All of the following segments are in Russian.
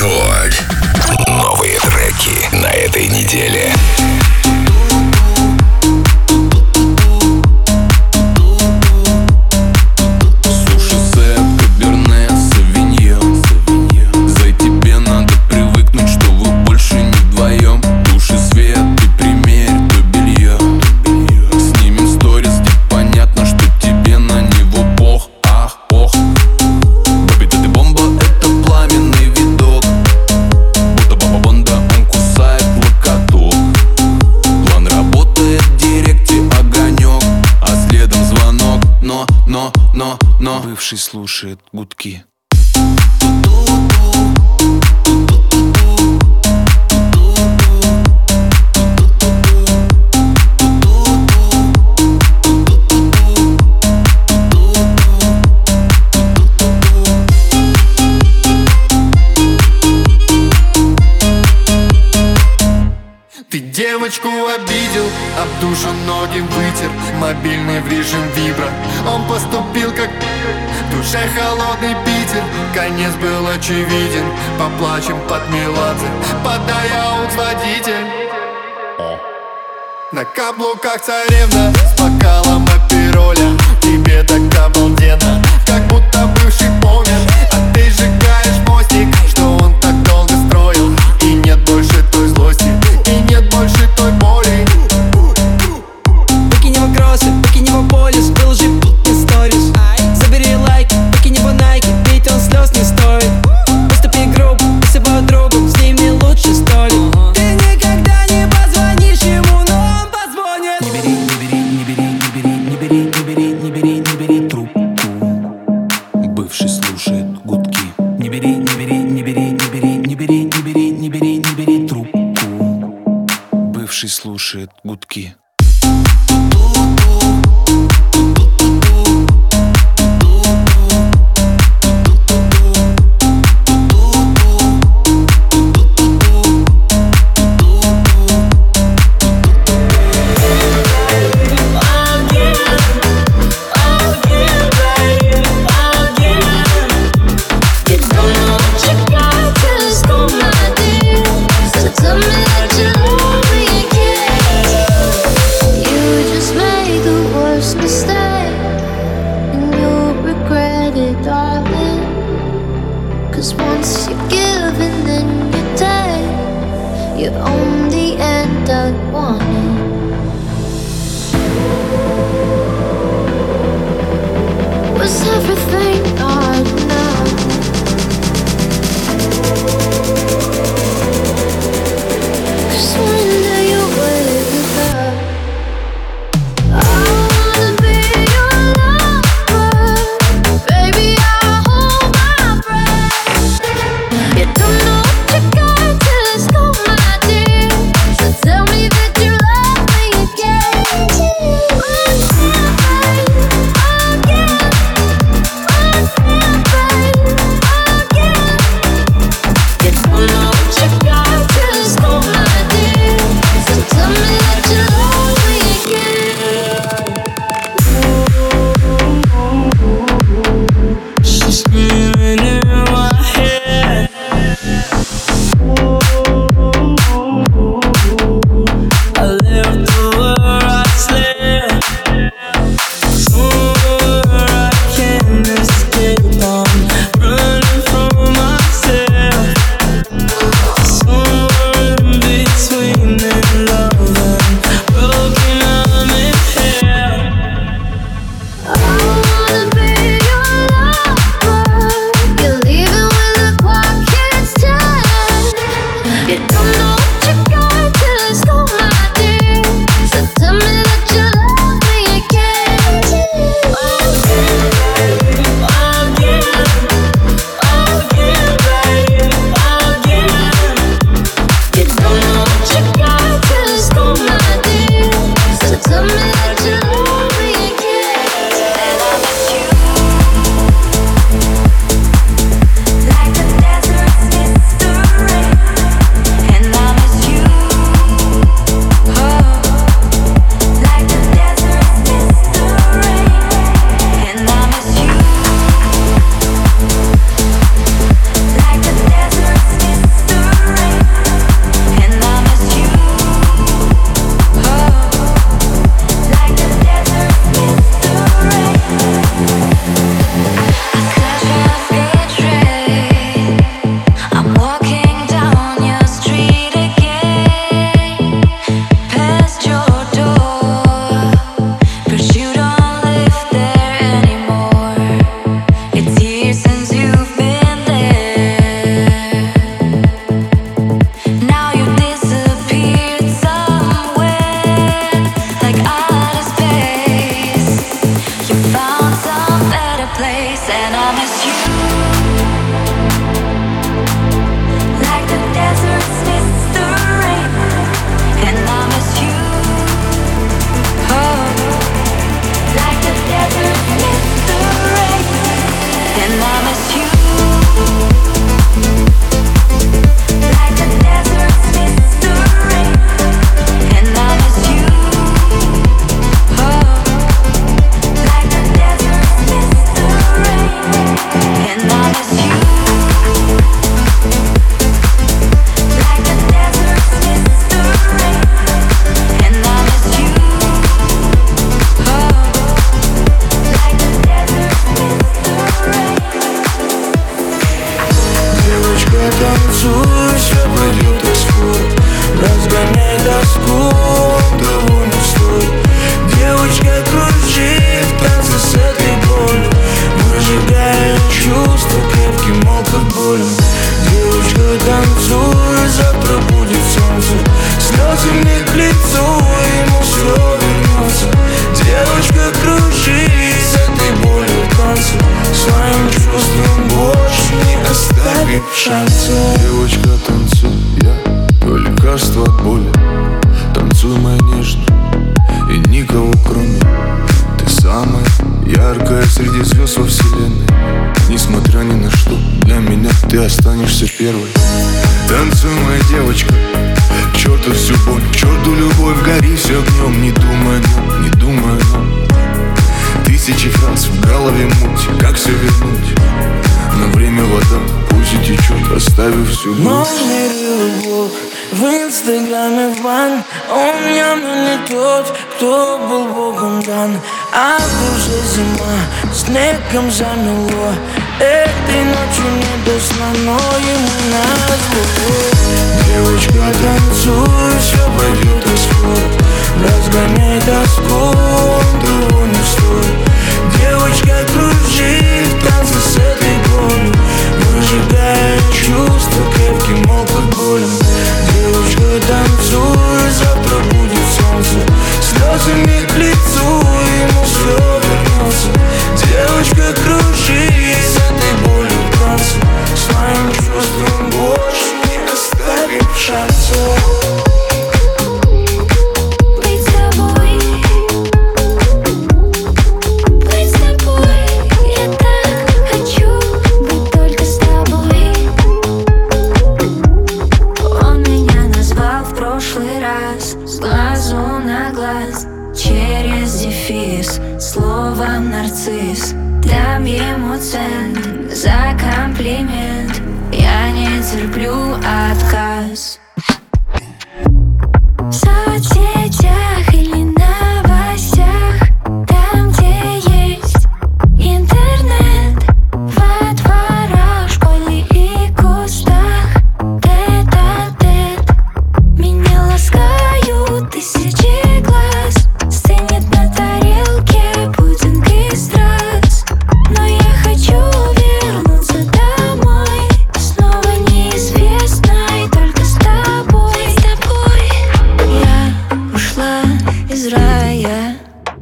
Рекорд. Новые треки на этой неделе. Но бывший слушает гудки. Ты девочку обидел, об душу ноги вытер, мобильный в режим вибро. Он поступил как в душе холодный Питер. Конец был очевиден, поплачем под Меладзе. Подай аут-водитель. На каблуках царевна с бокалом апероля. Тебе так обалденно, как будто бывший помер. А ты сжигаешь мостик, что он так долго строил. И нет больше той злости, и нет больше той боли. Выкинь его кроссы, выкинь его полис, выложи в сторис. Забери лайки, выкинь его найки, ведь он слез не стоит. Поступи грубо, с его другом, с ними лучше столик. Ты никогда не позвонишь ему, но он позвонит. Не бери, не бери, не бери, не бери, не бери, не бери, не бери, не бери трубку. Бывший слушает гудки. Не бери, не бери, не бери, не бери, не бери, не бери, не бери, не бери трубку. Бывший слушает гудки. You own the end I wanted. Was everything hard enough? 'Cause one day you'll wake up. I wanna be your lover, baby. I hold my breath. You don't know what you got till it's gone. Tell me that you love me again. Again, again, again. шансы. Девочка, танцуй, я твое лекарство от боли. Танцуй, моя нежная, и никого кроме. Ты самая яркая среди звезд во вселенной. Несмотря ни на что, для меня ты останешься первой. Танцуй, моя девочка, к черту всю боль, к черту любовь, гори все огнем. Не думай о нем, не думай о нем. Тысячи фраз в голове муть, как все вернуть? Но время вода, пусть и течет, оставив всю грусть. Мой любовь в инстаграме в бан. Он явно не тот, кто был богом дан. А в душе зима, снегом замело. Этой ночью не до сна, но ему назло. Девочка, танцуй, все пойдет исход. Разгоняй тоску, он того не стоит. Девочка, кружи в танце с этой болью, выжигая чувства крепким алкоголем. Девочка, танцуй, завтра будет солнце. Слезами к лицу, ему все вернется. Девочка, кружи с этой болью в танце. Своим чувством больше не оставим шансов. Слово нарцисс, дам ему цент за комплимент. Я не терплю отказ. В соцсетях или новостях, там, где есть интернет, во дворах, в школе и кустах, тет-а-тет. Меня ласкают тысячи глаз, стынет на тарелке пудинг из трас. Но я хочу вернуться домой, снова неизвестной, только с тобой. Я ушла из рая,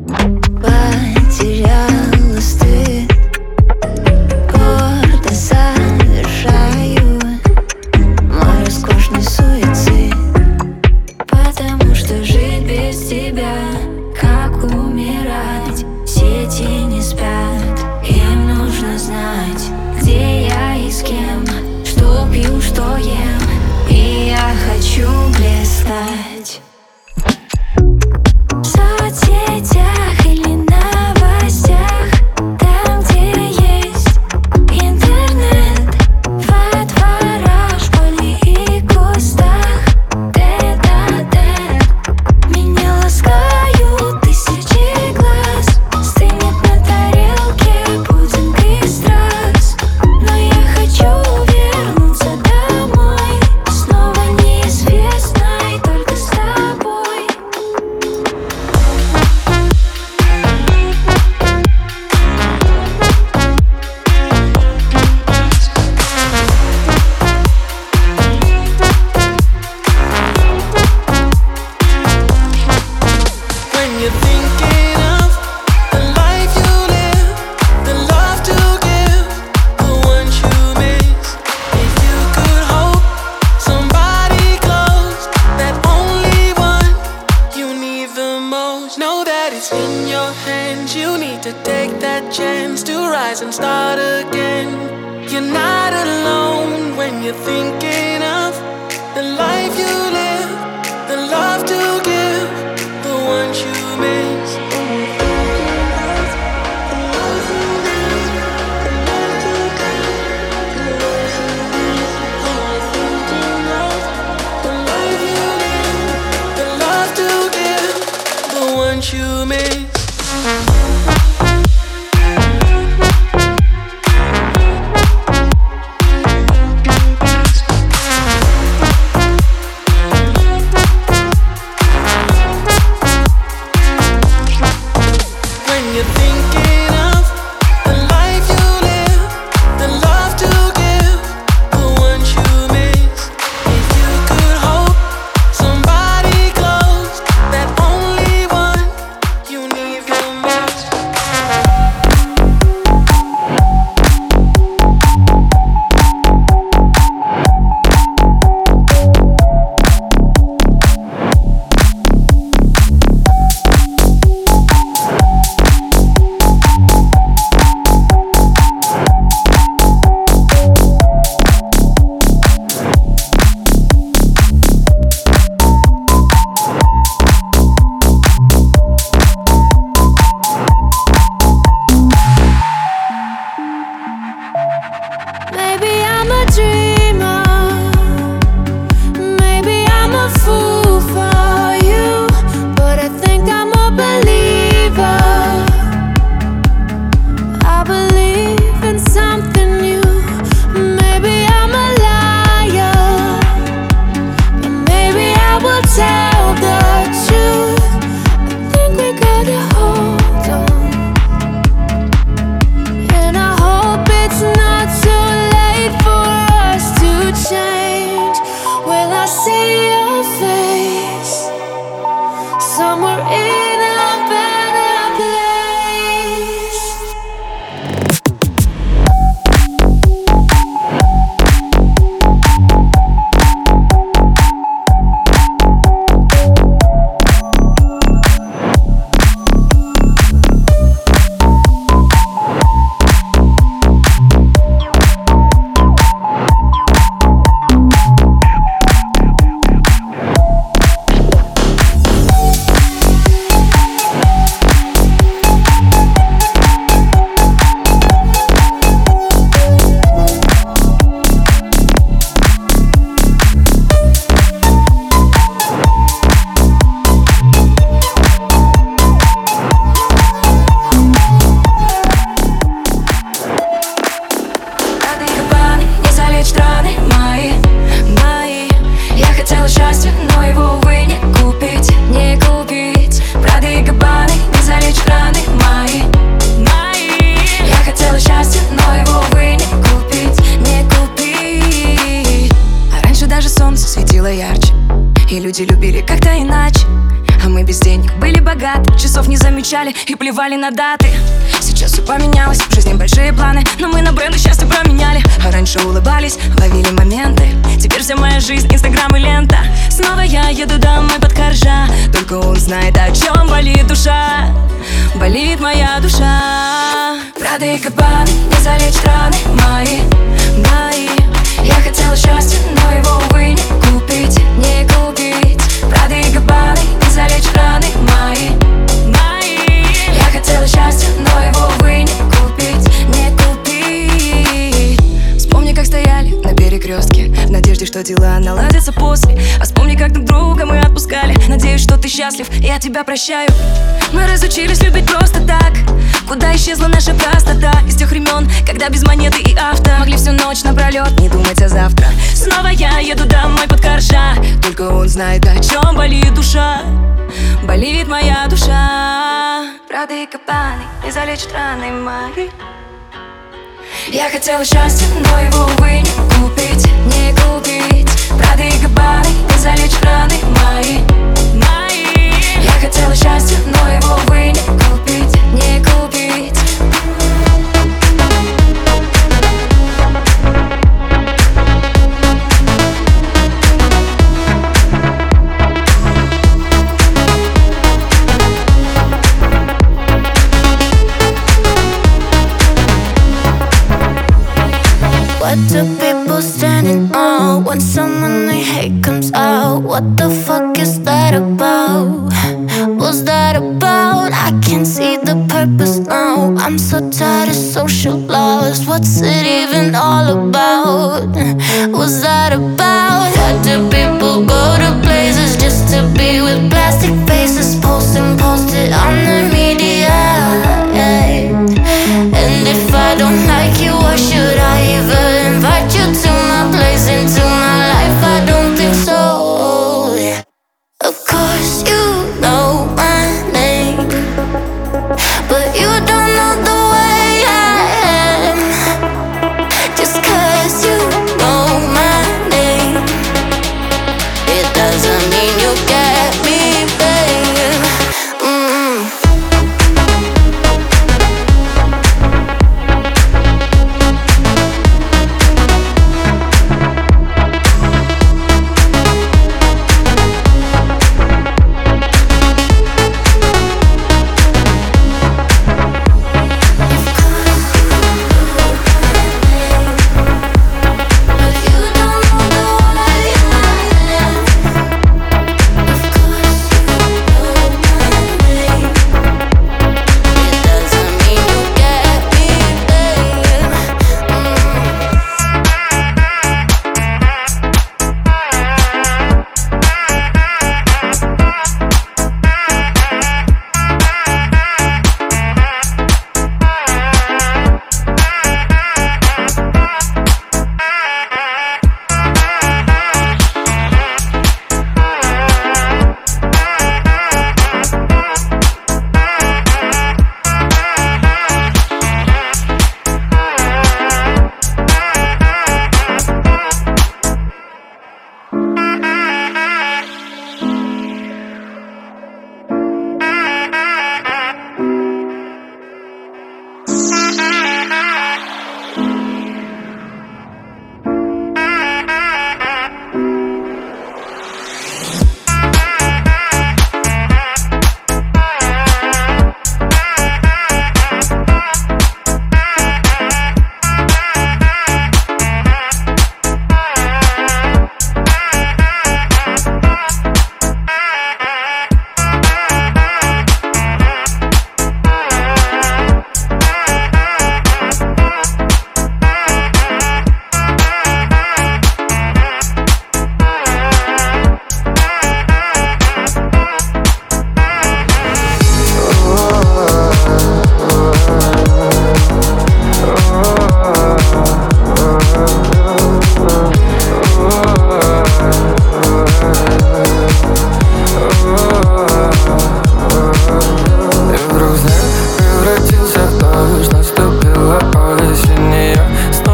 потеряла стыд, гордо совершаю мой роскошный суицид. Потому что жить без тебя, как умирать. Сети не спят, им нужно знать, где я и с кем, что пью, что ем. И я хочу блистать. В соцсетях или новостях, там, где есть интернет, во дворах, в школе и кустах, тет-а-тет. Меня ласкают тысячи глаз, стынет на тарелке пудинг из трас. Но я хочу вернуться домой, снова неизвестной, только с тобой. When you're thinking of the life you live, the love to give, the ones you miss. If you could hold somebody close, that only one you need the most, know that it's in your hands. You need to take that chance to rise and start again. You're not alone when you're thinking of the life you live, the love to give, the ones you miss. The life you live, the love to give, the ones you miss. И люди любили как-то иначе, а мы без денег были богаты. Часов не замечали и плевали на даты. Сейчас все поменялось, в жизни большие планы, но мы на бренды счастье променяли. А раньше улыбались, ловили моменты. Теперь вся моя жизнь, инстаграм и лента. Снова я еду домой под коржа. Только он знает, о чем болит душа. Болит моя душа. Прада и Габбана не залечат раны мои. Я хотела счастья, но его, увы, не купить, не купить. Прада и Габбана не залечат раны мои. Я хотела счастья, но его, увы, не купить, не купить. Вспомни, как стояли на перекрестке, в надежде, что дела наладятся после. А вспомни, как друг друга мы отпускали. Надеюсь, что ты счастлив, я тебя прощаю. Мы разучились любить просто так. Куда исчезла наша простота? Из тех времен, когда без монеты и авто могли всю ночь напролет не думать о завтра. Снова я еду домой под коржа. Только он знает, о чем болит душа. Болит моя душа. Прада и Габбана не залечат раны мои. Я хотела счастья, но его, увы, не купить, не купить. Прада и Габбана не залечат раны мои. Я хотела счастья, но его, увы, не купить, не купить. What do people standing on when someone they hate comes out? What the fuck is that about? What's that about? I can't see the purpose now. I'm so tired of social laws. What's it even all about? What's that about? Why do people go to places just to be with plastic faces? Post it on the media. And if I don't like you, why should I even invite you to my place, into my life? I don't think so. Of course you know my name, but you don't know the way I am. Just 'cause you know my name, it doesn't mean you get me, babe.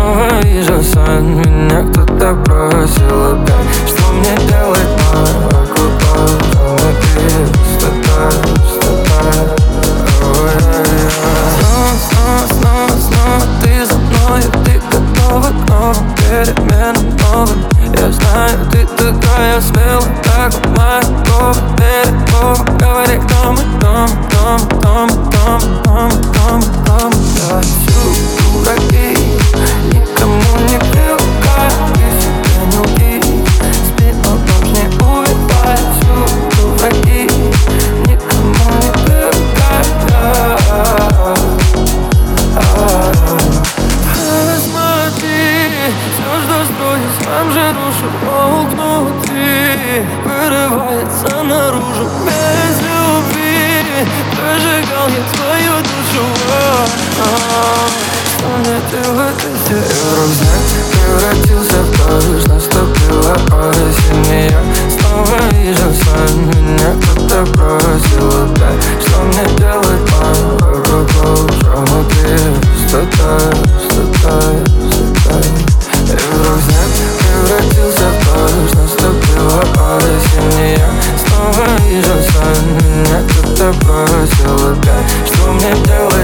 Меня кто-то бросил опять. Что мне делать, мой новым. Я знаю, ты такая смелая, как у моего берегов. Говори, кто мы, дом. Я всю дураки, никому не привыкай, ты себя не лги. Спи, но ночь не убивай. Всю дураки, никому не привыкай. Смотри, все, что строит, сам же рушу. Волк внутри вырывается наружу. Без любви прожигал я твою душу. Что мне делать, если вдруг знак превратился в дождь? Наступила осень, я снова вижу сон. Меня кто-то бросил опять. Что мне делать, мама? Уже внутри пустота. И вдруг знак превратился в дождь. Наступила осень, я снова вижу сон. Меня кто-то бросил опять. Что мне делать?